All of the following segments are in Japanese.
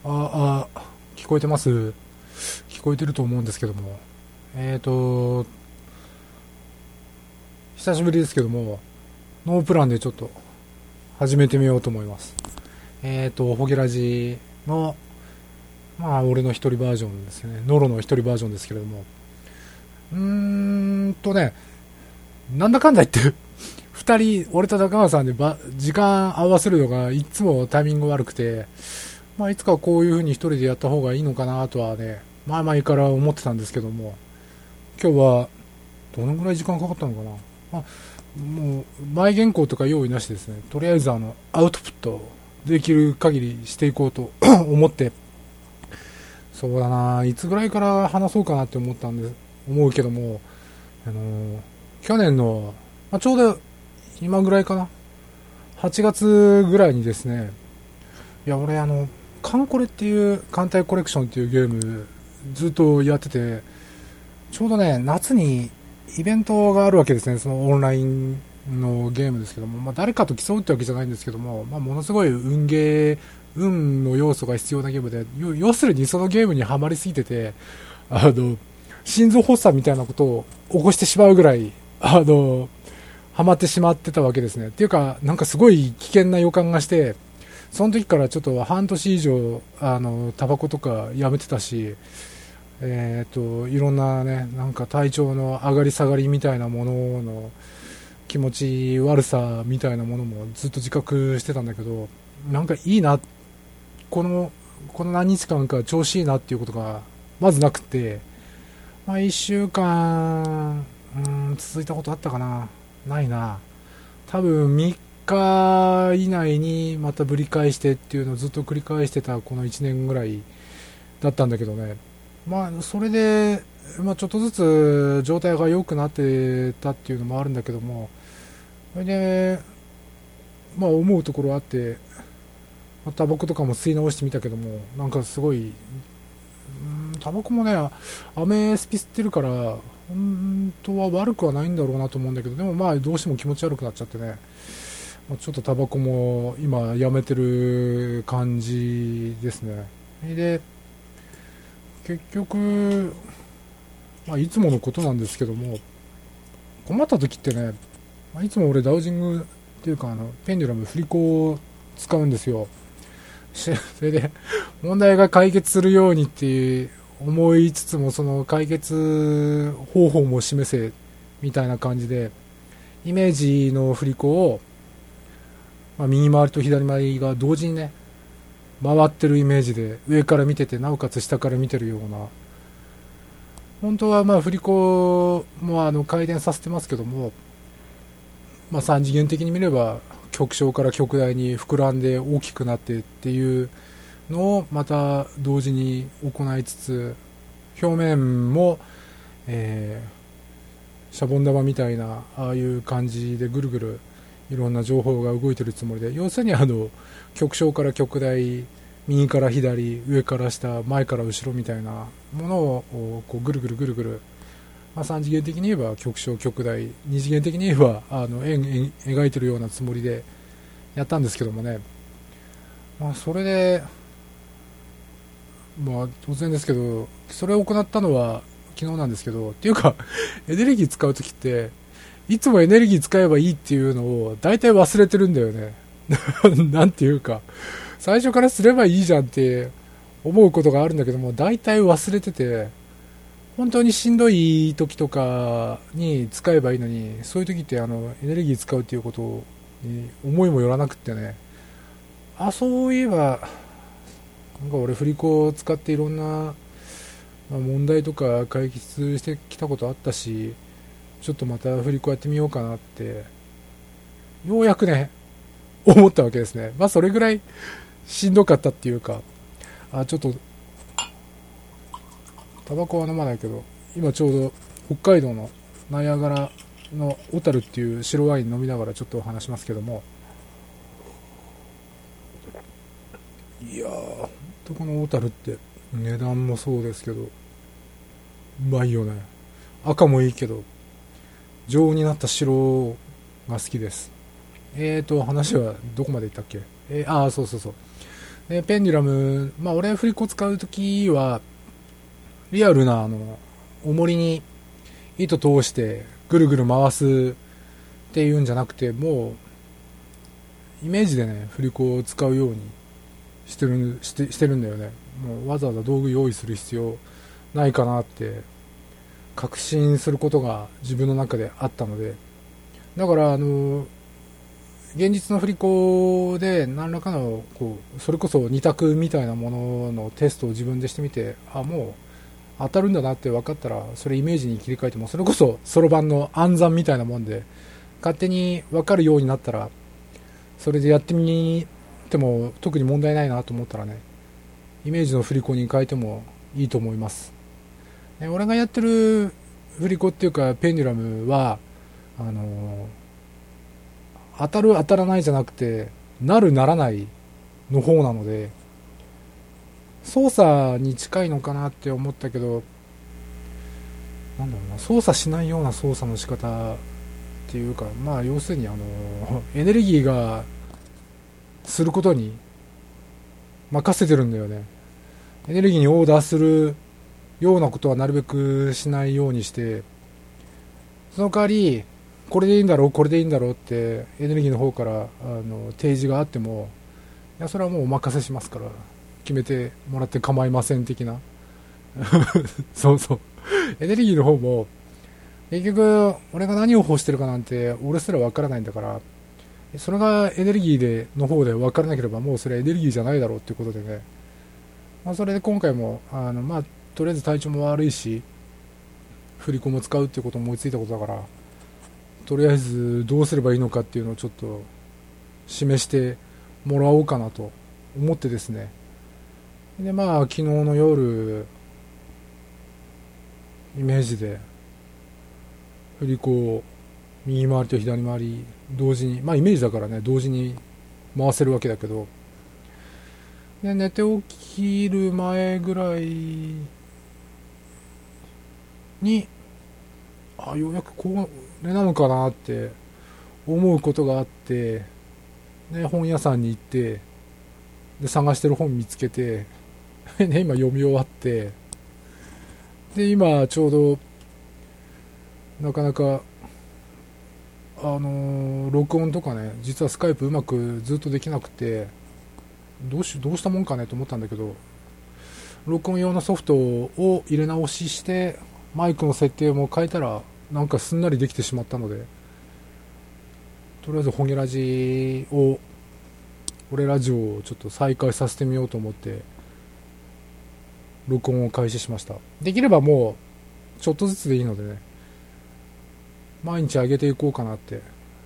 聞こえてます。聞こえてると思うんですけども。久しぶりですけども、ノープランでちょっと始めてみようと思います。ホゲラジの、俺の一人バージョンですよね。ノロの一人バージョンですけれども。なんだかんだ言って、二人、俺と高川さんで時間合わせるのがいつもタイミング悪くて、いつかこういう風に一人でやった方がいいのかなとはね、前から思ってたんですけども、今日はどのぐらい時間かかったのかな。もう前原稿とか用意なしですね。とりあえずアウトプットできる限りしていこうと思って、そうだな、いつぐらいから話そうかなって思うけども、去年の、ちょうど今ぐらいかな、8月ぐらいにですね、いや俺カンコレっていう艦隊コレクションっていうゲームずっとやってて、ちょうどね夏にイベントがあるわけですね。そのオンラインのゲームですけども、誰かと競うってわけじゃないんですけども、ものすごい運の要素が必要なゲームで、要するにそのゲームにはまりすぎてて、心臓発作みたいなことを起こしてしまうぐらいはまってしまってたわけですね。っていうか、なんかすごい危険な予感がして、その時からちょっと半年以上タバコとかやめてたし、いろんなね、なんか体調の上がり下がりみたいなものの気持ち悪さみたいなものもずっと自覚してたんだけど、なんかいいな、この何日間か調子いいなっていうことがまずなくて、1週間続いたことあったかな。ないな。多分3日以内にまたぶり返してっていうのをずっと繰り返してたこの1年ぐらいだったんだけどね。それで、ちょっとずつ状態が良くなってたっていうのもあるんだけども、それで、思うところあって、タバコとかも吸い直してみたけども、なんかすごい、タバコもね、アメスピ吸ってるから、本当は悪くはないんだろうなと思うんだけど、でもどうしても気持ち悪くなっちゃってね、ちょっとタバコも今やめてる感じですね。で、結局、いつものことなんですけども、困った時ってね、いつも俺ダウジングっていうかペンデュラム振り子を使うんですよ。それで問題が解決するようにって思いつつも、その解決方法も示せみたいな感じで、イメージの振り子を、右回りと左回りが同時にね回ってるイメージで上から見てて、なおかつ下から見てるような、本当は振り子も回転させてますけども、3次元的に見れば極小から極大に膨らんで大きくなってっていうのをまた同時に行いつつ、表面も、シャボン玉みたいなああいう感じでぐるぐるいろんな情報が動いてるつもりで、要するに極小から極大、右から左、上から下、前から後ろみたいなものをこうぐるぐるぐるぐる、3次元的に言えば極小極大、2次元的に言えば円描いてるようなつもりでやったんですけどもね、それで当然ですけど、それを行ったのは昨日なんですけど、っていうかエネルギー使うときっていつもエネルギー使えばいいっていうのを大体忘れてるんだよねなんていうか、最初からすればいいじゃんって思うことがあるんだけども、大体忘れてて、本当にしんどい時とかに使えばいいのに、そういう時ってエネルギー使うっていうことに思いもよらなくってね、そういえばなんか俺振り子を使っていろんな問題とか解決してきたことあったし、ちょっとまた振り子やってみようかなってようやくね思ったわけですね。それぐらいしんどかったっていうか、ちょっとタバコは飲まないけど、今ちょうど北海道のナイアガラの小樽っていう白ワイン飲みながらちょっとお話しますけども、いやー、ほんとこの小樽って値段もそうですけどうまいよね。赤もいいけど常温になった白が好きです。話はどこまで行ったっけ。そうそうそう。 でペンデュラム、俺振り子使うときはリアルな重りに糸通してぐるぐる回すっていうんじゃなくて、もうイメージでね振り子を使うようにしてるんだよね。もうわざわざ道具用意する必要ないかなって確信することが自分の中であったので、だから現実の振り子で何らかのそれこそ二択みたいなもののテストを自分でしてみて、もう当たるんだなって分かったらそれイメージに切り替えても、それこそそろばんの暗算みたいなもんで勝手に分かるようになったら、それでやってみても特に問題ないなと思ったらね、イメージの振り子に変えてもいいと思います。俺がやってる振り子っていうかペンデュラムは当たる当たらないじゃなくてなるならないの方なので、操作に近いのかなって思ったけど、なんだろうな、操作しないような操作の仕方っていうか、要するにエネルギーがすることに任せてるんだよね。エネルギーにオーダーするようなことはなるべくしないようにして、その代わりこれでいいんだろうこれでいいんだろうってエネルギーの方から提示があっても、いやそれはもうお任せしますから決めてもらって構いません的なそうそう、エネルギーの方も結局俺が何を欲してるかなんて俺すら分からないんだから、それがエネルギーの方で分からなければもうそれはエネルギーじゃないだろうっていうことでね、それで今回もとりあえず体調も悪いし振り子も使うっていうことを思いついたことだから、とりあえずどうすればいいのかっていうのをちょっと示してもらおうかなと思ってですね。で昨日の夜イメージで振り子を右回りと左回り同時に、イメージだからね同時に回せるわけだけど、で寝て起きる前ぐらいにようやくこれなのかなって思うことがあって、で本屋さんに行ってで探してる本見つけてね、今読み終わって、で今ちょうどなかなか録音とかね、実はスカイプうまくずっとできなくてどうしたもんかねと思ったんだけど、録音用のソフトを入れ直ししてマイクの設定も変えたらなんかすんなりできてしまったので、とりあえずホゲラジを俺ラジオをちょっと再開させてみようと思って録音を開始しました。できればもうちょっとずつでいいのでね、毎日上げていこうかなって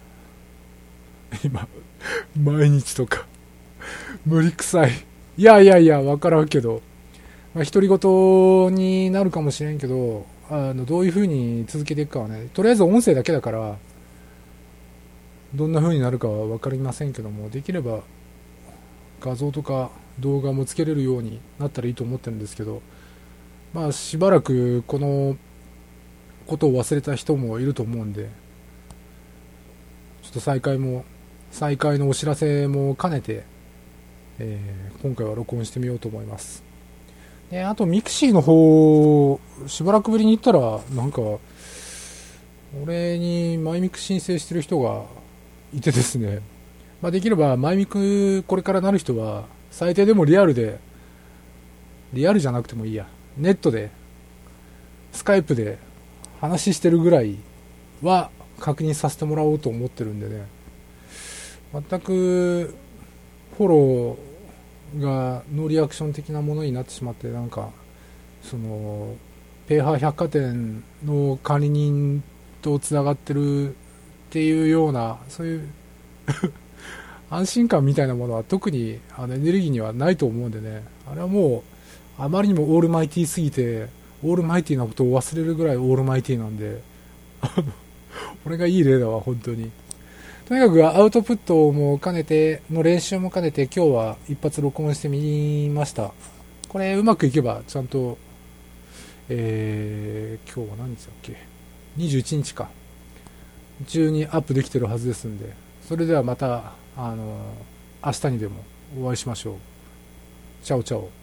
今毎日とか無理くさい、いや分からんけど、独り言になるかもしれんけど、どういう風に続けていくかはね、とりあえず音声だけだからどんな風になるかは分かりませんけども、できれば画像とか動画もつけれるようになったらいいと思ってるんですけど、しばらくこのことを忘れた人もいると思うんで、ちょっと再開のお知らせも兼ねて、今回は録音してみようと思います。であとミクシーの方しばらくぶりに行ったらなんか俺にマイミク申請してる人がいてですね、できればマイミクこれからなる人は最低でもリアルじゃなくてもいいや、ネットでスカイプで話してるぐらいは確認させてもらおうと思ってるんでね、全くフォローがノーリアクション的なものになってしまって、なんかそのペーハー百貨店の管理人とつながってるっていうような、そういう安心感みたいなものは特にエネルギーにはないと思うんでね、あれはもうあまりにもオールマイティーすぎてオールマイティーなことを忘れるぐらいオールマイティーなんで俺がいい例だわ本当に。とにかくアウトプットも兼ねての練習も兼ねて今日は一発録音してみました。これうまくいけばちゃんと、今日は何日だっけ、21日か中にアップできてるはずですんで、それではまた明日にでもお会いしましょう。 チャオチャオ。